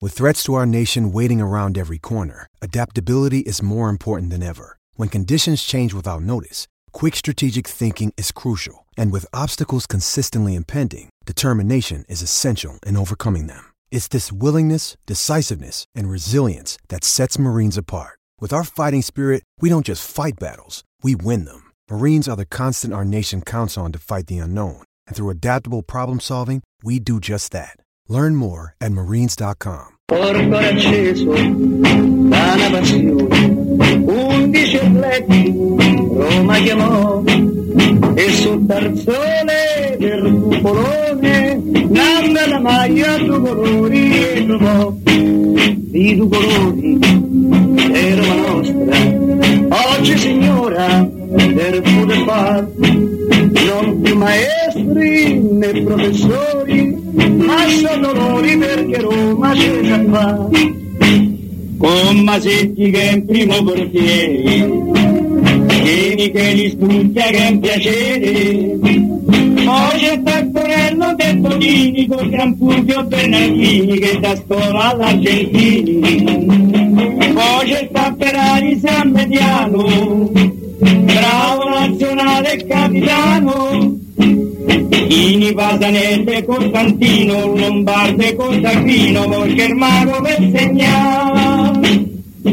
With threats to our nation waiting around every corner, adaptability is more important than ever. When conditions change without notice, quick strategic thinking is crucial. And with obstacles consistently impending, determination is essential in overcoming them. It's this willingness, decisiveness, and resilience that sets Marines apart. With our fighting spirit, we don't just fight battles, we win them. Marines are the constant our nation counts on to fight the unknown. And through adaptable problem solving, we do just that. Learn more at marines.com. Porco acceso da una passione, 11 letti, Roma chiamò, e sul tarzone del cupolone, nanda la maglia due colori e trovò, di due colori, è Roma nostra, oggi signora, del poter far, non più maestri né professori, ma sono loro perché Roma ce sa fa. Con Masetti che è in primo portiere, Vieni che li studia che è un piacere. Poi c'è Taccorello De Tonini con Gran Fulvio Bernardini che da scuola all'Argentini. Poi c'è Ferrari San Mediano, bravo nazionale e capitano. Ini Pasanelle Costantino, Lombarde Costantino, poi Germano per segnare.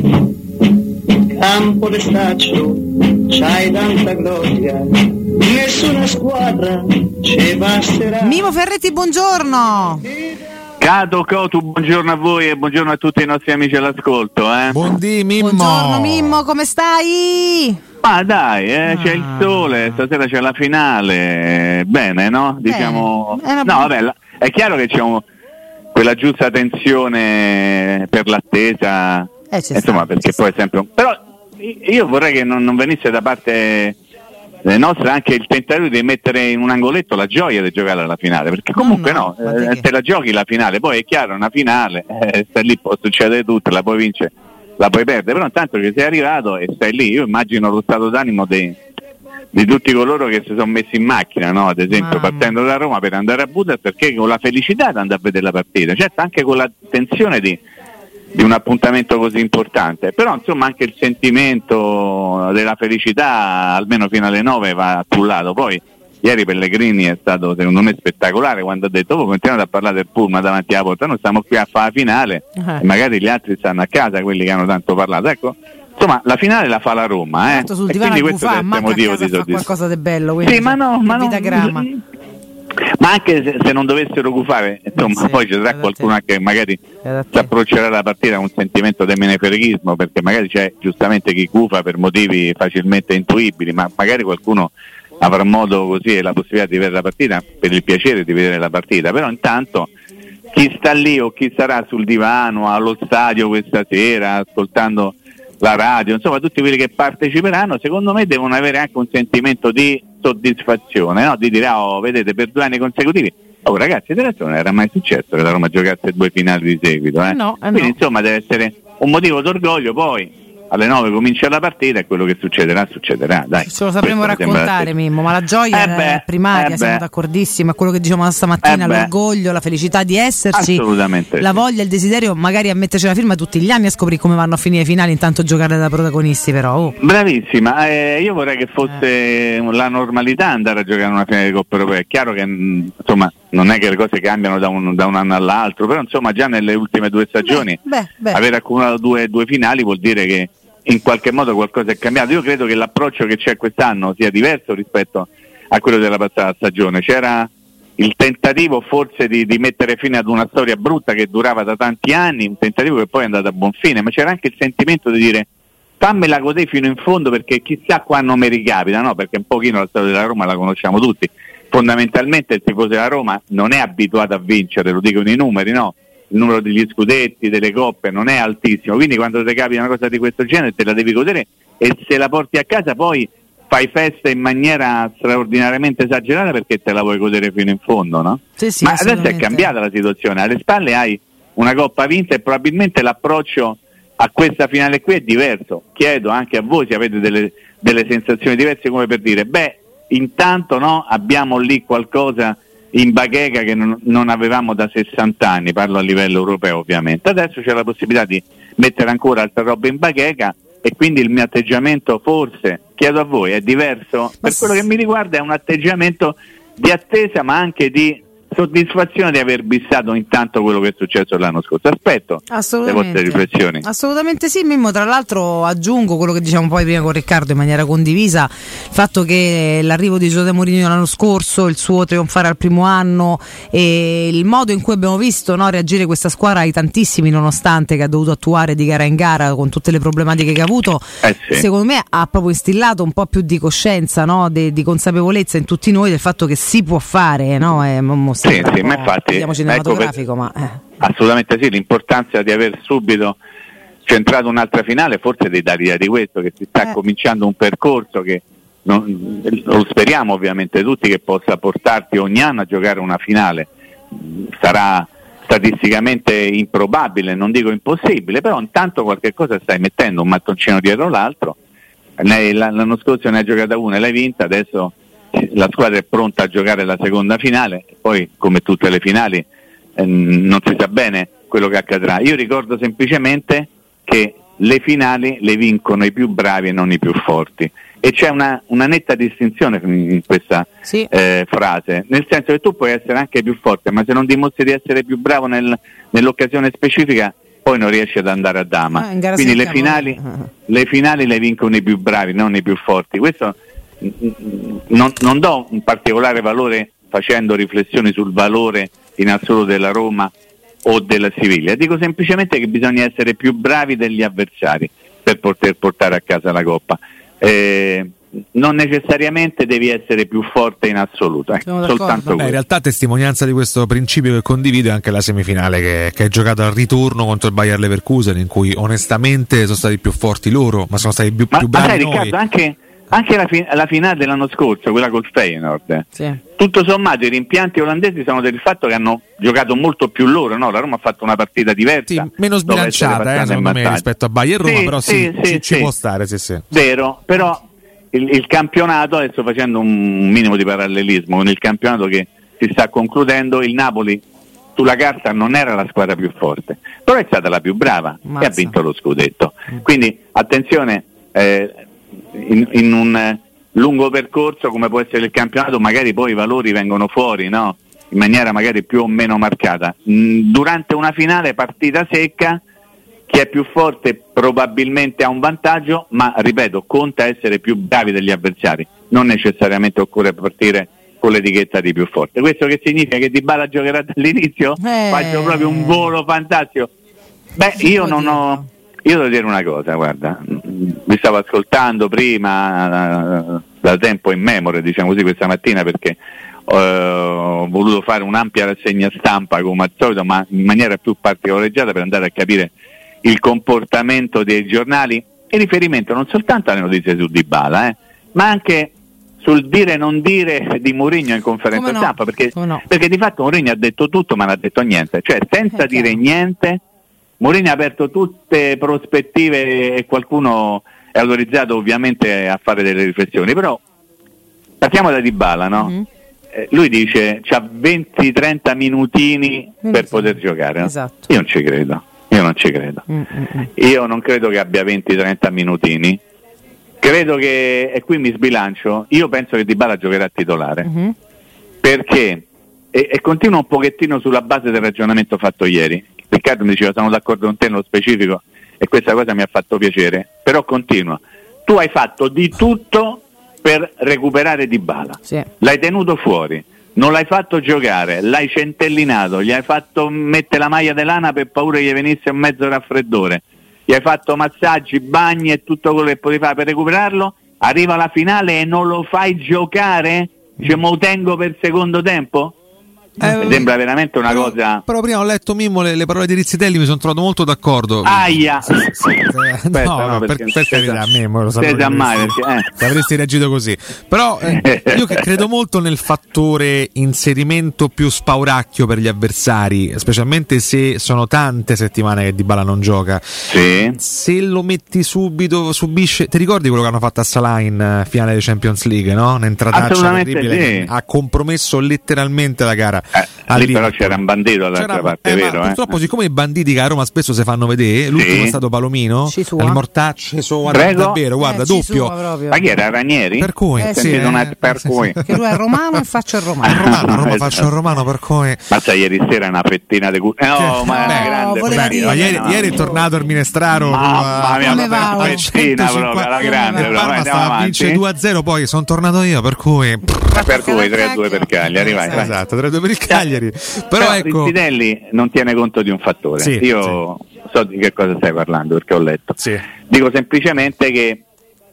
Campo de Staccio, c'hai tanta gloria, nessuna squadra ci passerà. Mimo Ferretti, buongiorno. Cato Cotu, buongiorno a voi e buongiorno a tutti i nostri amici all'ascolto. Buondì Mimmo. Buongiorno Mimmo, come stai? Ma dai, c'è il sole, stasera c'è la finale, bene, no? Diciamo, no, vabbè, è chiaro che c'è quella giusta tensione per l'attesa, insomma, perché poi è sempre però io vorrei che non venisse da parte nostra anche il tentativo di mettere in un angoletto la gioia di giocare alla finale, perché comunque te la giochi la finale, poi è chiaro, una finale, stai lì, può succedere tutto, la puoi vincere, la puoi perdere, però intanto che sei arrivato e stai lì, io immagino lo stato d'animo di tutti coloro che si sono messi in macchina, no? Ad esempio partendo da Roma per andare a Budapest, perché con la felicità di andare a vedere la partita, certo anche con la tensione di un appuntamento così importante, però insomma anche il sentimento della felicità almeno fino alle 9 va cullato. Poi ieri Pellegrini è stato secondo me spettacolare quando ha detto voi continuate a parlare del Pullman davanti alla porta, noi stiamo qui a fare la finale e magari gli altri stanno a casa, quelli che hanno tanto parlato, ecco, insomma la finale la fa la Roma, sul e quindi questo è il motivo di soddisfazione. Qualcosa di bello, quindi sì, ma anche se non dovessero gufare, insomma, poi ci sarà qualcuno che magari si approccerà alla partita con un sentimento di menefreghismo, perché magari c'è giustamente chi gufa per motivi facilmente intuibili, ma magari qualcuno avrà modo così e la possibilità di vedere la partita per il piacere di vedere la partita. Però intanto chi sta lì o chi sarà sul divano allo stadio questa sera ascoltando la radio, insomma tutti quelli che parteciperanno secondo me devono avere anche un sentimento di soddisfazione, no? Di dire vedete, per 2 anni consecutivi ragazzi, adesso non era mai successo che la Roma giocasse 2 finali di seguito, quindi insomma deve essere un motivo d'orgoglio. Poi alle 9 comincia la partita e quello che succederà, dai. Ce lo sapremo raccontare Mimmo, ma la gioia è primaria, siamo d'accordissimo, è quello che diciamo stamattina, l'orgoglio, la felicità di esserci, assolutamente la voglia, il desiderio magari a metterci la firma tutti gli anni a scoprire come vanno a finire i finali, intanto giocare da protagonisti però. Bravissima, io vorrei che fosse la normalità andare a giocare una finale di Coppa Europea. È chiaro che insomma non è che le cose cambiano da un anno all'altro, però insomma già nelle ultime 2 stagioni aver accumulato due finali vuol dire che in qualche modo qualcosa è cambiato. Io credo che l'approccio che c'è quest'anno sia diverso rispetto a quello della passata stagione. C'era il tentativo forse di mettere fine ad una storia brutta che durava da tanti anni, un tentativo che poi è andato a buon fine, ma c'era anche il sentimento di dire fammela godere fino in fondo, perché chissà quando mi ricapita, no? Perché un pochino la storia della Roma la conosciamo tutti. Fondamentalmente il tifoso della Roma non è abituato a vincere, lo dicono i numeri, no? Il numero degli scudetti, delle coppe non è altissimo, quindi quando ti capita una cosa di questo genere te la devi godere, e se la porti a casa poi fai festa in maniera straordinariamente esagerata perché te la vuoi godere fino in fondo, no? Sì, ma adesso è cambiata la situazione, alle spalle hai una coppa vinta e probabilmente l'approccio a questa finale qui è diverso. Chiedo anche a voi se avete delle sensazioni diverse, come per dire intanto abbiamo lì qualcosa in bacheca che non avevamo da 60 anni, parlo a livello europeo ovviamente. Adesso c'è la possibilità di mettere ancora altra roba in bacheca e quindi il mio atteggiamento, forse, chiedo a voi, è diverso? Per quello che mi riguarda è un atteggiamento di attesa ma anche di soddisfazione di aver bissato intanto quello che è successo l'anno scorso. Aspetto le vostre riflessioni. Assolutamente sì, Mimmo. Tra l'altro aggiungo quello che diciamo poi prima con Riccardo in maniera condivisa, il fatto che l'arrivo di José Mourinho l'anno scorso, il suo trionfare al primo anno e il modo in cui abbiamo visto, no, reagire questa squadra ai tantissimi nonostante che ha dovuto attuare di gara in gara con tutte le problematiche che ha avuto, sì. Secondo me ha proprio instillato un po' più di coscienza, no, di consapevolezza in tutti noi del fatto che si può fare, no? Sì, ma infatti cinematografico, assolutamente sì, l'importanza di aver subito centrato un'altra finale forse dei dà l'idea di questo, che si sta cominciando un percorso che lo speriamo ovviamente tutti che possa portarti ogni anno a giocare una finale. Sarà statisticamente improbabile, non dico impossibile, però intanto qualche cosa stai mettendo, un mattoncino dietro l'altro. L'anno scorso ne hai giocata una e l'hai vinta, adesso la squadra è pronta a giocare la seconda finale, poi come tutte le finali non si sa bene quello che accadrà. Io ricordo semplicemente che le finali le vincono i più bravi e non i più forti, e c'è una netta distinzione in questa frase, nel senso che tu puoi essere anche più forte, ma se non dimostri di essere più bravo nell'occasione specifica poi non riesci ad andare a dama. Quindi le finali le vincono i più bravi, non i più forti. Questo non do un particolare valore facendo riflessioni sul valore in assoluto della Roma o della Siviglia, dico semplicemente che bisogna essere più bravi degli avversari per poter portare a casa la Coppa. Non necessariamente devi essere più forte in assoluto, soltanto in realtà testimonianza di questo principio che condivido anche la semifinale che è giocata al ritorno contro il Bayer Leverkusen, in cui onestamente sono stati più forti loro, ma sono stati più bravi noi. Riccardo, anche la finale dell'anno scorso, quella col Feyenoord, tutto sommato i rimpianti olandesi sono del fatto che hanno giocato molto più loro, no? La Roma ha fatto una partita diversa, meno sbilanciata secondo me rispetto a Bayer Roma, però ci può stare, vero, però il campionato, adesso facendo un minimo di parallelismo con il campionato che si sta concludendo, il Napoli sulla carta non era la squadra più forte, però è stata la più brava e ha vinto lo scudetto. Quindi attenzione, in un lungo percorso come può essere il campionato magari poi i valori vengono fuori, no? In maniera magari più o meno marcata. Durante una finale partita secca, chi è più forte probabilmente ha un vantaggio, ma ripeto, conta essere più bravi degli avversari, non necessariamente occorre partire con l'etichetta di più forte. Questo che significa che Dybala giocherà dall'inizio? Faccio proprio un volo fantastico. Io devo dire una cosa, guarda, vi stavo ascoltando prima da tempo in memoria, diciamo così, questa mattina, perché ho voluto fare un'ampia rassegna stampa come al solito, ma in maniera più particolareggiata per andare a capire il comportamento dei giornali in riferimento non soltanto alle notizie su Dybala, ma anche sul dire e non dire di Mourinho in conferenza stampa, perché di fatto Mourinho ha detto tutto ma non ha detto niente, cioè senza dire niente Mourinho ha aperto tutte prospettive e qualcuno è autorizzato ovviamente a fare delle riflessioni, però partiamo da Dybala, no? Lui dice c'ha 20-30 minutini per poter giocare, no? Esatto. Io non ci credo. Io non credo che abbia 20-30 minutini, credo che, e qui mi sbilancio, io penso che Dybala giocherà titolare, perché e continuo un pochettino sulla base del ragionamento fatto ieri. Riccardo mi diceva sono d'accordo con te nello specifico e questa cosa mi ha fatto piacere, però continuo. Tu hai fatto di tutto per recuperare Dybala, l'hai tenuto fuori, non l'hai fatto giocare, l'hai centellinato, gli hai fatto mettere la maglia di lana per paura che gli venisse un mezzo raffreddore, gli hai fatto massaggi, bagni e tutto quello che potevi fare per recuperarlo, arriva la finale e non lo fai giocare? Dice, mo tengo per secondo tempo? Mi sembra veramente una cosa. Però prima ho letto, Mimmo, le parole di Rizzitelli, mi sono trovato molto d'accordo. Aia! Aspetta, no, per carità, Mimmo, lo sapevo. Ti avresti reagito così. Però io credo molto nel fattore inserimento più spauracchio per gli avversari, specialmente se sono tante settimane che Dybala non gioca. Sì. Se lo metti subito, subisce. Ti ricordi quello che hanno fatto a Salah in finale di Champions League, no? Un'entrataccia terribile, sì. Ha compromesso letteralmente la gara. Lì però c'era un bandito dall'altra parte, vero? Purtroppo, siccome i banditi che a Roma spesso si fanno vedere, l'ultimo è stato Palomino, il mortaccio, davvero, guarda, doppio. Ma chi era, Ranieri? Per cui, cui. Che lui è romano e faccio il romano. Roma faccio il romano, per cui. Mazza, ieri sera una fettina di no, ma è grande. Ieri è tornato il Minestraro. Mamma mia, una fettina proprio alla grande. Stava a vincere 2-0, poi sono tornato io, per cui 3-2 per Cagliari, vai. Esatto, 3-2 per il Cagliari. Però ecco, Rizzinelli non tiene conto di un fattore. Io so di che cosa stai parlando perché ho letto. Dico semplicemente che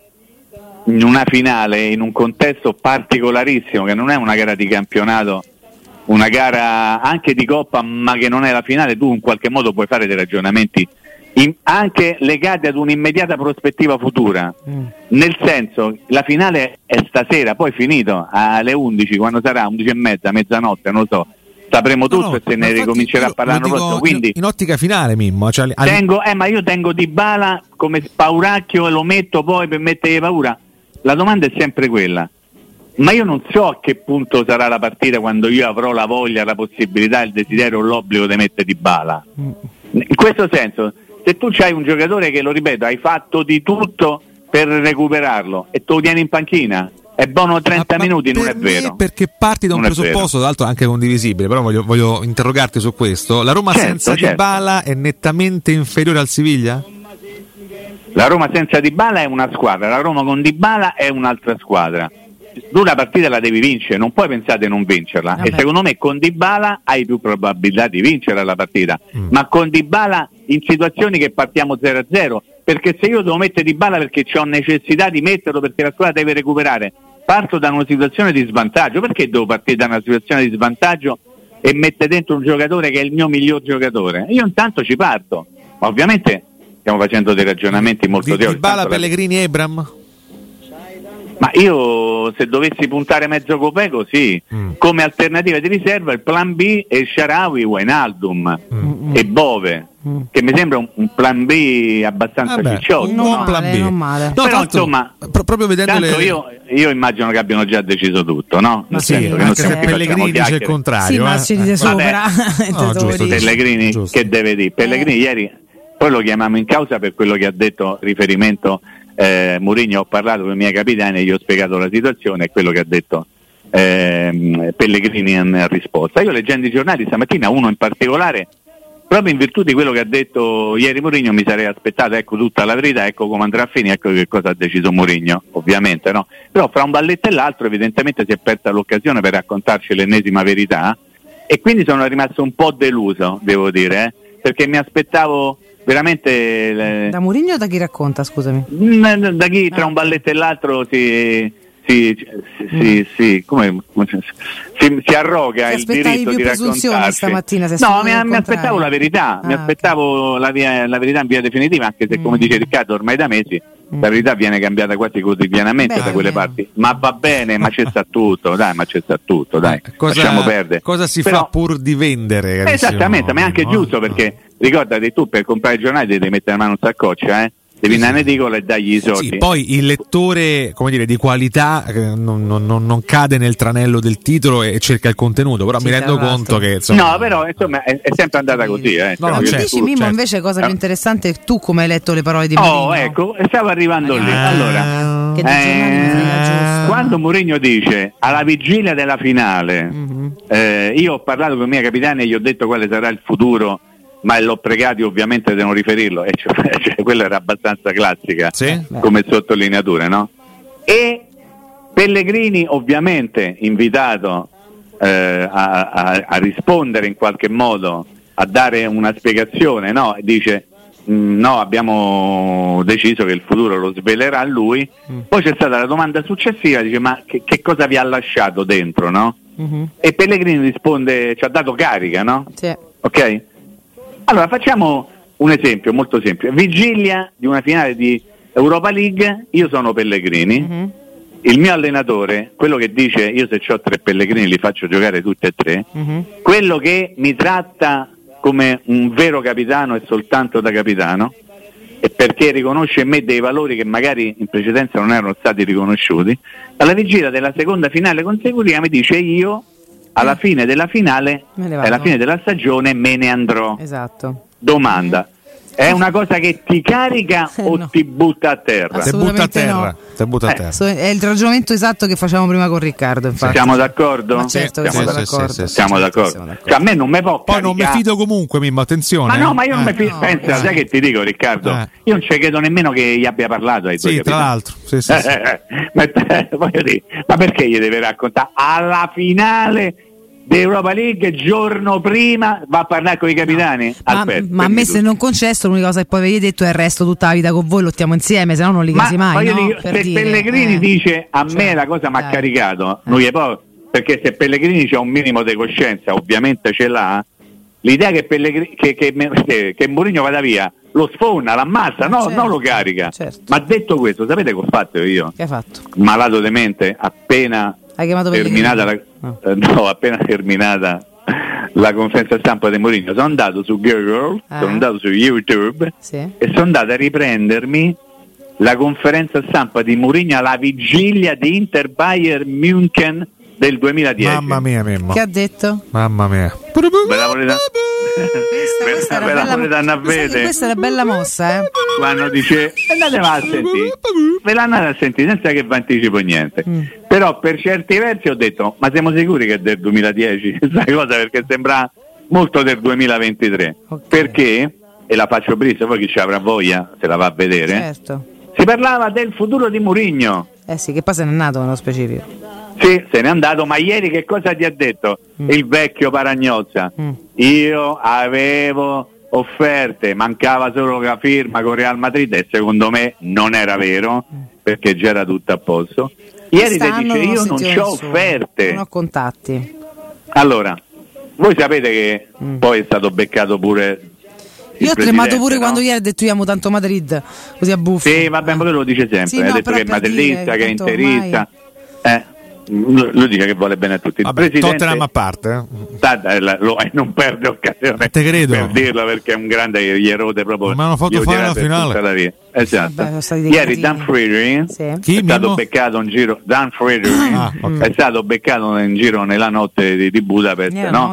in una finale, in un contesto particolarissimo, che non è una gara di campionato, una gara anche di Coppa, ma che non è la finale, tu in qualche modo puoi fare dei ragionamenti anche legati ad un'immediata prospettiva futura, nel senso, la finale è stasera, poi finito alle 11, quando sarà 11:30, mezzanotte, non lo so, sapremo tutto e se ne ricomincerà a parlare l'anno prossimo. Quindi in ottica finale, Mimmo, cioè, ma io tengo Dybala come spauracchio e lo metto poi per mettere paura. La domanda è sempre quella: ma io non so a che punto sarà la partita quando io avrò la voglia, la possibilità, il desiderio o l'obbligo di mettere Dybala. In questo senso, se tu c'hai un giocatore che, lo ripeto, hai fatto di tutto per recuperarlo e te lo tieni in panchina, è buono 30 minuti, non è vero. Perché parti da un presupposto, tra l'altro anche condivisibile, però voglio interrogarti su questo. La Roma senza Dybala è nettamente inferiore al Siviglia? La Roma senza Dybala è una squadra, la Roma con Dybala è un'altra squadra. Tu la partita la devi vincere, non puoi pensare di non vincerla. Vabbè. E secondo me con Dybala hai più probabilità di vincere la partita, ma con Dybala in situazioni che partiamo 0-0, perché se io devo mettere Dybala perché ho necessità di metterlo perché la squadra deve recuperare, parto da una situazione di svantaggio. Perché devo partire da una situazione di svantaggio e mettere dentro un giocatore che è il mio miglior giocatore? Io intanto ci parto, ma ovviamente stiamo facendo dei ragionamenti molto teorici. Dybala, Pellegrini, Ebram? Ma io, se dovessi puntare mezzo copeco, sì, come alternativa di riserva il plan B è Shaarawy, Wijnaldum e Bove, che mi sembra un plan B abbastanza cicciotto. Un buon plan B. Non male. No, però insomma, proprio vedendo io immagino che abbiano già deciso tutto, no? Sì, anche se Pellegrini dice il contrario. Sì, ma ci dite sopra. Pellegrini giusto. Che deve dire? Pellegrini ieri, poi lo chiamiamo in causa per quello che ha detto riferimento Mourinho. Ho parlato con i miei capitani e gli ho spiegato la situazione e quello che ha detto Pellegrini in risposta. Io, leggendo i giornali stamattina, uno in particolare, proprio in virtù di quello che ha detto ieri Mourinho, mi sarei aspettato, ecco, tutta la verità, ecco come andrà a finire, ecco che cosa ha deciso Mourinho, ovviamente, no? Però fra un balletto e l'altro evidentemente si è persa l'occasione per raccontarci l'ennesima verità, e quindi sono rimasto un po' deluso, devo dire, perché mi aspettavo veramente da Mourinho o da chi racconta, scusami? Da chi tra un balletto e l'altro si arroga il diritto di raccontarsi. Stamattina, no, mi aspettavo la verità, mi aspettavo la verità in via definitiva, anche se come dice Riccardo ormai da mesi la verità viene cambiata quasi quotidianamente da quelle parti, ma va bene, ma c'è sta tutto, dai, lasciamo perdere. Cosa si fa pur di vendere? Esattamente, ma è anche giusto, perché ricordati, tu per comprare il giornale devi mettere la mano in saccoccia, devi andare in edicola e dargli i soldi. Sì, poi il lettore, come dire, di qualità non cade nel tranello del titolo e cerca il contenuto, però mi rendo conto che insomma... No, però insomma è sempre andata così, dici, Mimmo, invece cosa più interessante, tu come hai letto le parole di Mourinho? Ecco, stavo arrivando lì. Allora, quando Mourinho dice alla vigilia della finale, io ho parlato con i miei capitani e gli ho detto quale sarà il futuro, ma l'ho pregati ovviamente di non riferirlo, e cioè quella era abbastanza classica, come sottolineatura, no? E Pellegrini ovviamente invitato a rispondere in qualche modo, a dare una spiegazione, no? Dice no, abbiamo deciso che il futuro lo svelerà lui. Poi c'è stata la domanda successiva, dice ma che cosa vi ha lasciato dentro, no? e Pellegrini risponde, ci ha dato carica, no? Sì. Ok? Allora facciamo un esempio molto semplice. Vigilia di una finale di Europa League, io sono Pellegrini, il mio allenatore, quello che dice io se ho 3 Pellegrini li faccio giocare tutti e 3, quello che mi tratta come un vero capitano e soltanto da capitano, e perché riconosce in me dei valori che magari in precedenza non erano stati riconosciuti, alla vigilia della seconda finale consecutiva mi dice io alla fine della finale, alla fine della stagione me ne andrò. Esatto. Domanda. È una cosa che ti carica o ti butta a terra? Ti butta a terra. Te butta a terra. È il ragionamento esatto che facciamo prima con Riccardo, infatti. Siamo d'accordo? Ma certo che siamo d'accordo. Siamo d'accordo. Cioè, a me non mi può poi non mi fido comunque, Mimmo, attenzione. Ma no, ma io non mi fido. Pensa, sai che ti dico, Riccardo? Io non ci credo nemmeno che gli abbia parlato ai tuoi capitani. Tra l'altro. Sì. Voglio dire, ma perché gli deve raccontare alla finale di Europa League giorno prima va a parlare con i capitani? Ma a me se non concesso l'unica cosa che poi avete detto è il resto tutta la vita con voi lottiamo insieme, se no non li casi mai, no? Dire, se Pellegrini dice a me la cosa mi ha caricato, non gli può, perché se Pellegrini c'ha un minimo di coscienza, ovviamente ce l'ha, l'idea che che Mourinho vada via lo sfonda, l'ammazza, no, non lo carica. Ma detto questo, sapete che ho fatto io? Che hai fatto? Malato demente, appena terminata appena terminata la conferenza stampa di Mourinho, sono andato su Google, sono andato su YouTube e sono andato a riprendermi la conferenza stampa di Mourinho alla vigilia di Inter Bayern München del 2010. Mamma mia, Mimmo. Che ha detto? Mamma mia. Questa è una bella mossa, Quando dice andatela a sentire, ve l'andate a sentire senza che vi anticipo niente. Però per certi versi ho detto, ma siamo sicuri che è del 2010? Sai cosa? Perché sembra molto del 2023. Perché, e la faccio brisa, poi chi ci avrà voglia se la va a vedere, certo. Si parlava del futuro di Mourinho. Sì, che poi se n'è nato nello specifico. Sì, se n'è andato, ma ieri che cosa ti ha detto il vecchio Paragnozza? Io avevo offerte, mancava solo la firma con Real Madrid e secondo me non era vero, perché già era tutto a posto. Ieri ti dice io non c'ho offerte, non ho contatti. Allora, voi sapete che poi è stato beccato pure io ho tremato pure quando ieri ha detto io amo tanto Madrid, così a buffo. Sì, vabbè, ma lui lo dice sempre, ha detto che è madridista, che è interista. Lui dice che vuole bene a tutti. Vabbè, il presidente Tottenham a parte non perde occasione te credo. Per dirlo, perché è un grande, gli erode proprio. Ma hanno fatto fare la finale. Esatto. Vabbè, ieri Dan Friedrich è stato beccato in giro. Dan Friedrich è stato beccato in giro nella notte di Budapest,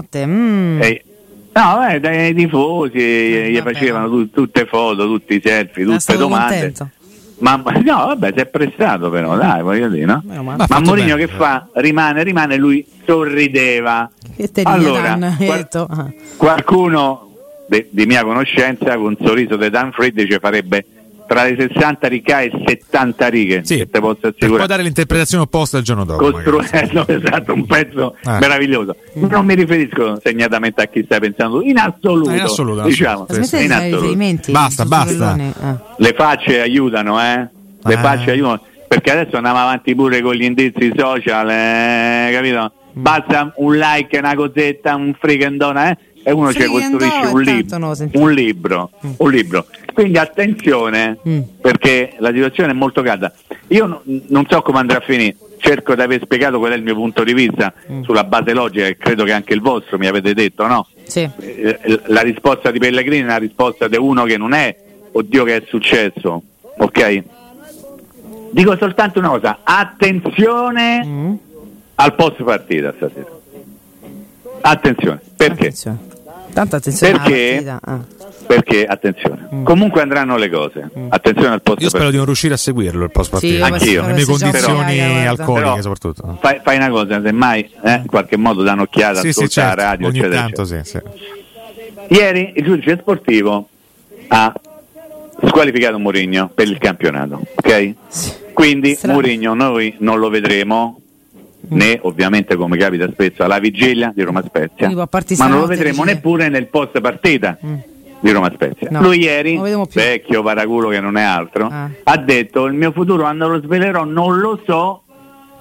dai tifosi gli facevano tutte foto, tutti i selfie, tutte domande. Contento. Ma no, vabbè, si è prestato però, dai, voglio dire, no? Ma Mourinho che fa? Rimane, lui sorrideva. Allora, qualcuno di mia conoscenza con un sorriso di Dan Friedrich farebbe tra le 60 righe e 70 righe, che te posso assicurare. Puoi dare l'interpretazione opposta il giorno dopo. Esatto, un pezzo meraviglioso. Non mi riferisco segnatamente a chi stai pensando, in assoluto. Diciamo. In assoluto. Basta. Le facce aiutano, Le facce aiutano, perché adesso andiamo avanti pure con gli indizi social, capito? Basta un like, una cosetta, un fricandona, e uno ci costruisce un libro. Quindi attenzione, perché la situazione è molto calda. Io non so come andrà a finire, cerco di aver spiegato qual è il mio punto di vista sulla base logica, e credo che anche il vostro mi avete detto, no? Sì. La risposta di Pellegrini è una risposta di uno che non è oddio che è successo, ok? Dico soltanto una cosa, attenzione al post partita stasera. Attenzione, perché? Tanta attenzione perché attenzione, comunque andranno le cose. Attenzione al post. Io spero di non riuscire a seguirlo il post partita. Sì, anch'io. Le mie condizioni alcoliche, però, soprattutto. Fai una cosa, semmai in qualche modo dà un'occhiata, ascolta la radio, ogni eccetera, tanto, eccetera. Ieri il giudice sportivo ha squalificato Mourinho per il campionato, ok? Quindi Mourinho noi non lo vedremo, né ovviamente, come capita spesso, alla vigilia di Roma Spezia, ma non lo vedremo neppure nel post partita di Roma Spezia. Lui ieri, vecchio paraculo che non è altro, ha detto il mio futuro quando lo svelerò non lo so,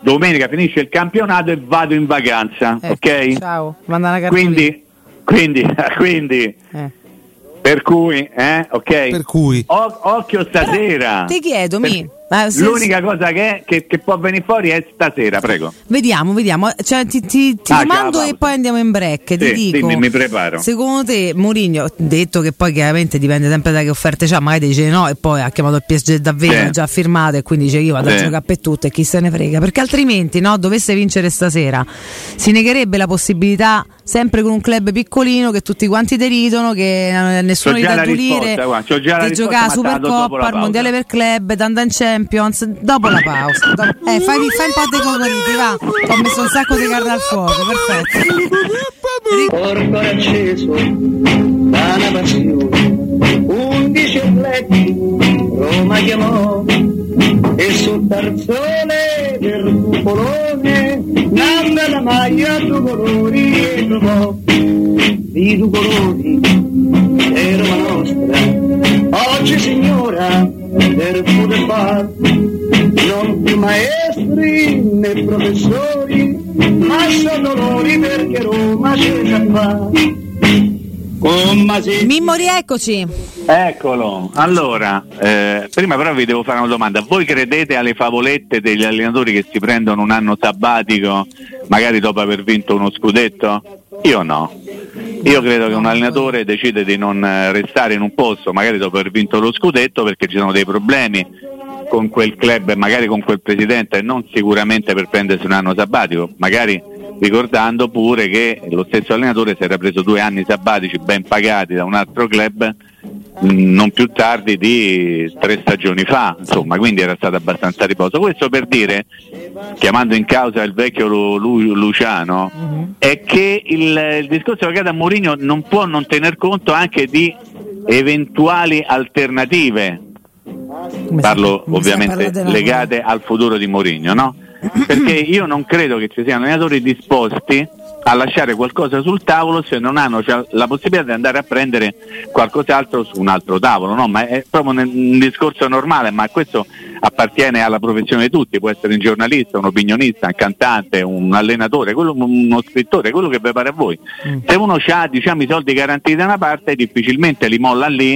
domenica finisce il campionato e vado in vacanza, ok? Ciao, manda una cartolina. Quindi per cui, ok? Per cui occhio stasera. Ti chiedo, l'unica cosa che può venire fuori è stasera, prego. Vediamo. Cioè, ti domando e poi andiamo in break. Ti dico, mi preparo. Secondo te Mourinho, detto che poi chiaramente dipende sempre da che offerte c'ha, magari dice no e poi ha chiamato il PSG davvero, ha già firmato e quindi dice io vado a giocare per tutto e chi se ne frega, perché altrimenti dovesse vincere stasera si negherebbe la possibilità, sempre con un club piccolino che tutti quanti deridono, che nessuno gli dà dulire di giocare a Supercoppa, al mondiale per club, Tandan Champions dopo la pausa. Fai un po' di cocoriti, va. Ho messo un sacco di carne al fuoco, perfetto. Porto acceso da una passione, 11 atleti Roma chiamò e sul tarzone del cupolone nanda la maglia due colori e trovò di due colori è Roma nostra oggi signora del poter far non più maestri né professori ma sono loro perché Roma c'è già fa. Mimmo, rieccoci. Eccolo. Allora, prima però vi devo fare una domanda. Voi credete alle favolette degli allenatori che si prendono un anno sabbatico magari dopo aver vinto uno scudetto? Io no. Io credo che un allenatore decide di non restare in un posto magari dopo aver vinto lo scudetto perché ci sono dei problemi con quel club e magari con quel presidente, e non sicuramente per prendersi un anno sabbatico, magari ricordando pure che lo stesso allenatore si era preso 2 anni sabbatici ben pagati da un altro club non più tardi di 3 stagioni fa, insomma, quindi era stato abbastanza a riposo. Questo per dire, chiamando in causa il vecchio Luciano, è che il discorso legato a Mourinho non può non tener conto anche di eventuali alternative, parlo ovviamente legate al futuro di Mourinho, no? Perché io non credo che ci siano allenatori disposti a lasciare qualcosa sul tavolo se non hanno la possibilità di andare a prendere qualcos'altro su un altro tavolo, no? Ma è proprio un discorso normale, ma questo appartiene alla professione di tutti, può essere un giornalista, un opinionista, un cantante, un allenatore, uno scrittore, quello che vi pare a voi. Se uno ha, diciamo, i soldi garantiti da una parte, difficilmente li molla lì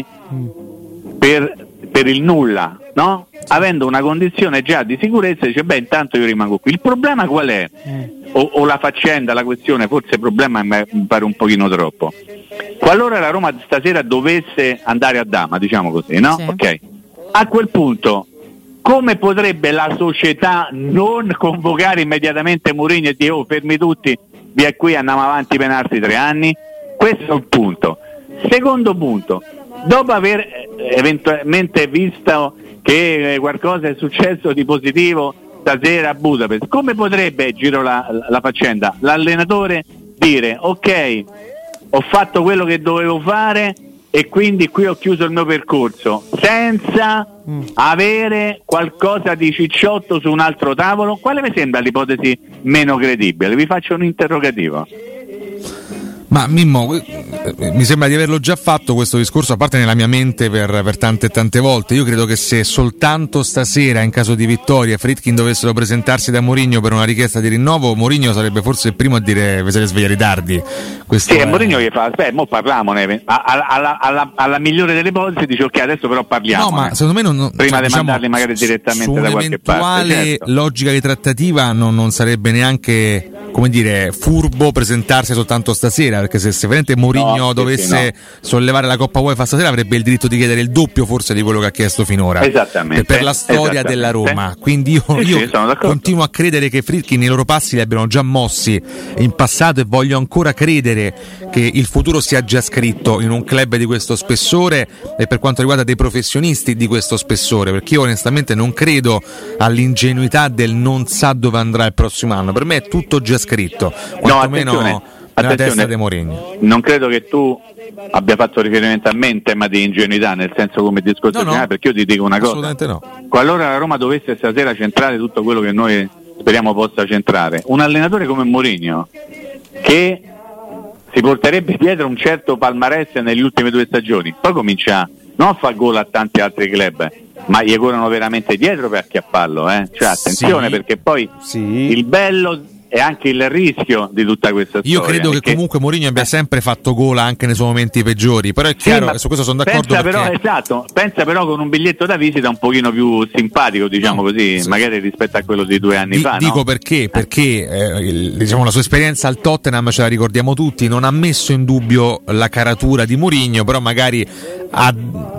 per il nulla, no? Avendo una condizione già di sicurezza, dice beh, intanto io rimango qui. Il problema qual è? O la faccenda, la questione, forse il problema mi pare un pochino troppo. Qualora la Roma stasera dovesse andare a dama, diciamo così, no? Sì. Ok. A quel punto come potrebbe la società non convocare immediatamente Mourinho e dire oh, fermi tutti, via qui, andiamo avanti per altri 3 anni? Questo è un punto. Secondo punto, dopo aver eventualmente visto che qualcosa è successo di positivo stasera a Budapest, come potrebbe, giro la faccenda, l'allenatore dire ok, ho fatto quello che dovevo fare e quindi qui ho chiuso il mio percorso, senza avere qualcosa di cicciotto su un altro tavolo? Quale mi sembra l'ipotesi meno credibile? Vi faccio un interrogativo. Ma Mimmo, mi sembra di averlo già fatto questo discorso, a parte nella mia mente per tante e tante volte. Io credo che se soltanto stasera, in caso di vittoria, Friedkin dovessero presentarsi da Mourinho per una richiesta di rinnovo, Mourinho sarebbe forse il primo a dire vi siete svegliati tardi. Questo sì, Mourinho gli fa, mo parliamone, alla migliore delle ipotesi dice ok, adesso però parliamo. No, ma secondo me non, prima di mandarli magari direttamente da qualche parte. Certo. Logica di trattativa non sarebbe neanche, come dire, furbo presentarsi soltanto stasera, perché se veramente Mourinho dovesse sollevare la Coppa UEFA stasera avrebbe il diritto di chiedere il doppio forse di quello che ha chiesto finora per la storia della Roma. Quindi io continuo a credere che Friedkin i loro passi li abbiano già mossi in passato e voglio ancora credere che il futuro sia già scritto in un club di questo spessore e per quanto riguarda dei professionisti di questo spessore, perché io onestamente non credo all'ingenuità del non sa dove andrà il prossimo anno. Per me è tutto già scritto, quantomeno nella testa di Mourinho. Non credo che tu abbia fatto riferimento a me in tema di ingenuità, nel senso come discorso generale, perché io ti dico una cosa. Assolutamente no. Qualora la Roma dovesse stasera centrare tutto quello che noi speriamo possa centrare, un allenatore come Mourinho che si porterebbe dietro un certo palmarès nelle ultime 2 stagioni, poi comincia non a fare gol a tanti altri club, ma gli corrono veramente dietro per acchiapparlo, cioè attenzione, perché poi il bello è anche il rischio di tutta questa storia. Io credo che comunque Mourinho abbia sempre fatto gola anche nei suoi momenti peggiori, però è chiaro che su questo sono d'accordo. Pensa però con un biglietto da visita un pochino più simpatico, diciamo così, magari rispetto a quello di 2 anni fa. Dico perché diciamo la sua esperienza al Tottenham, ce la ricordiamo tutti, non ha messo in dubbio la caratura di Mourinho, però magari ha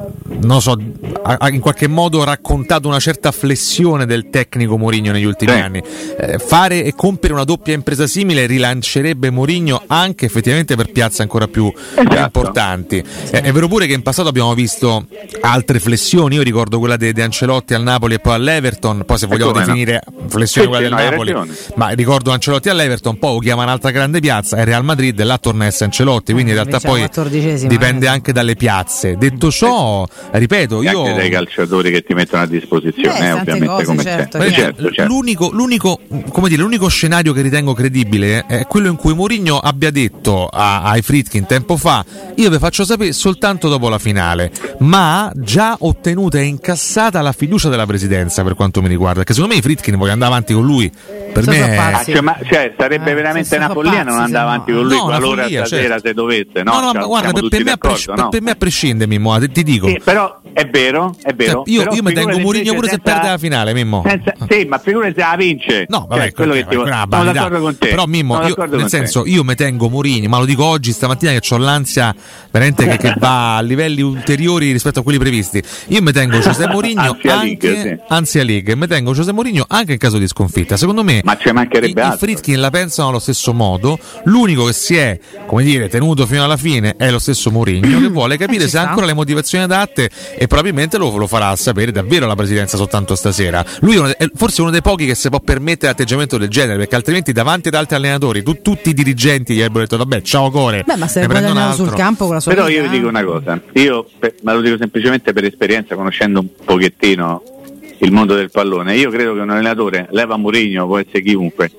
in qualche modo raccontato una certa flessione del tecnico Mourinho negli ultimi anni. Fare e compiere una doppia impresa simile rilancerebbe Mourinho anche effettivamente per piazze ancora più importanti. È vero pure che in passato abbiamo visto altre flessioni, io ricordo quella di Ancelotti al Napoli e poi all'Everton, poi se vogliamo definire flessione quella del Napoli, ma ricordo Ancelotti all'Everton, poi chiama un'altra grande piazza, è Real Madrid e là torna a essere Ancelotti, quindi in realtà poi dipende anche dalle piazze. Detto ciò, ripeto, io anche dai calciatori che ti mettono a disposizione, ovviamente cose, come certo. L'unico scenario che ritengo credibile è quello in cui Mourinho abbia detto ai Friedkin tempo fa: io vi faccio sapere soltanto dopo la finale, ma già ottenuta e incassata la fiducia della presidenza per quanto mi riguarda, che secondo me i Friedkin vogliono andare avanti con lui, per me sarebbe veramente una follia non andare avanti con lui qualora stasera se dovesse, ma guarda, per me a prescindere, Mimmo, ti dico, però è vero, io mi tengo Mourinho pure se perde la finale, Mimmo. Sì, ma figurati se la vince. No, vabbè, quello che sono d'accordo con te. Però Mimmo, io mi tengo Mourinho, ma lo dico oggi stamattina che ho l'ansia veramente che va a livelli ulteriori rispetto a quelli previsti. Io mi tengo José Mourinho anzi a League, mi tengo José Mourinho anche in caso di sconfitta. Secondo me ma ci mancherebbe i Friedkin la pensano allo stesso modo. L'unico che si è, come dire, tenuto fino alla fine è lo stesso Mourinho, che vuole capire se ha ancora le motivazioni adatte, e probabilmente lo farà sapere davvero la presidenza soltanto stasera. Lui è forse uno dei pochi che si può permettere l'atteggiamento del genere, perché altrimenti davanti ad altri allenatori tutti i dirigenti gli avrebbero detto vabbè, ciao Core, ma se ne prende un altro sul campo con la sua però vita, io vi dico una cosa, ma lo dico semplicemente per esperienza, conoscendo un pochettino il mondo del pallone. Io credo che un allenatore, leva Mourinho, può essere chiunque,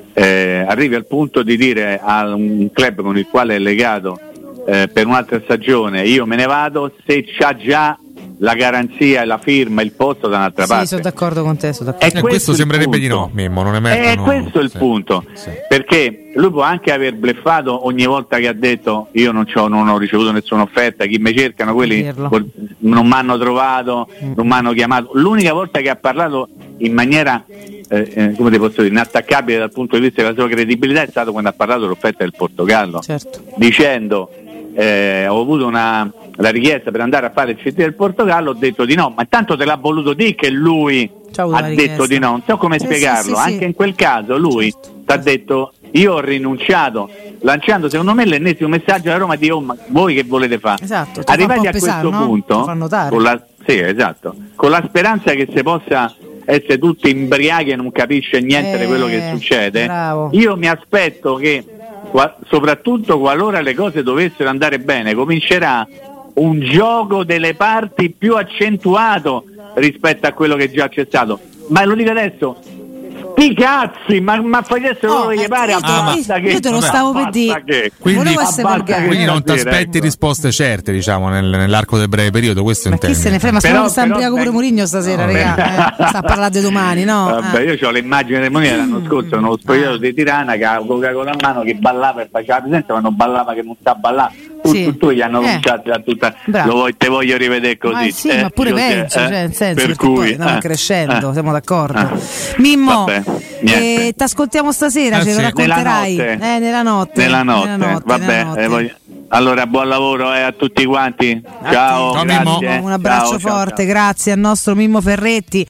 arrivi al punto di dire a un club con il quale è legato per un'altra stagione io me ne vado, se c'ha già la garanzia, la firma, il posto da un'altra parte. Sì, sono d'accordo con te. Questo sembrerebbe di no, Mimmo, non è questo il punto. Sì. Perché lui può anche aver bleffato ogni volta che ha detto io non ho ricevuto nessuna offerta, chi mi cercano, quelli non mi hanno trovato, non mi hanno chiamato. L'unica volta che ha parlato in maniera come ti posso dire, inattaccabile dal punto di vista della sua credibilità è stato quando ha parlato dell'offerta del Portogallo, dicendo ho avuto la richiesta per andare a fare il CT del Portogallo, ho detto di no, ma tanto te l'ha voluto dire che lui ha detto di no, non so come spiegarlo, anche in quel caso lui ti ha detto io ho rinunciato, lanciando secondo me l'ennesimo messaggio alla Roma di ma voi che volete fare? Arrivati a questo punto con la speranza che si possa essere tutti imbriachi e non capisce niente di quello che succede, io mi aspetto che soprattutto qualora le cose dovessero andare bene comincerà un gioco delle parti più accentuato rispetto a quello che già c'è stato, ma lo dico adesso, sti cazzi, ma facessero loro che pare, io te lo stavo per dire, quindi non ti aspetti risposte certe, diciamo, nell'arco del breve periodo, questo ma intendo. Chi se ne frega, ma spero che sta imbriaco pure Mourinho stasera, regà, sta a parlare di domani, no? Vabbè, io ho l'immagine del Mourinho l'anno scorso, nello spogliatoio di Tirana, che ha Coca-Cola a mano, che ballava e faceva la presenza, ma non ballava che non sa ballare. Tu gli hanno cominciato a tutta te voglio rivedere così, ma pure peggio, nel senso, per cui stiamo crescendo, siamo d'accordo. Mimmo, ti ascoltiamo stasera, ce lo racconterai nella notte. Vabbè, allora buon lavoro a tutti quanti, ciao, un abbraccio forte, grazie al nostro Mimmo Ferretti.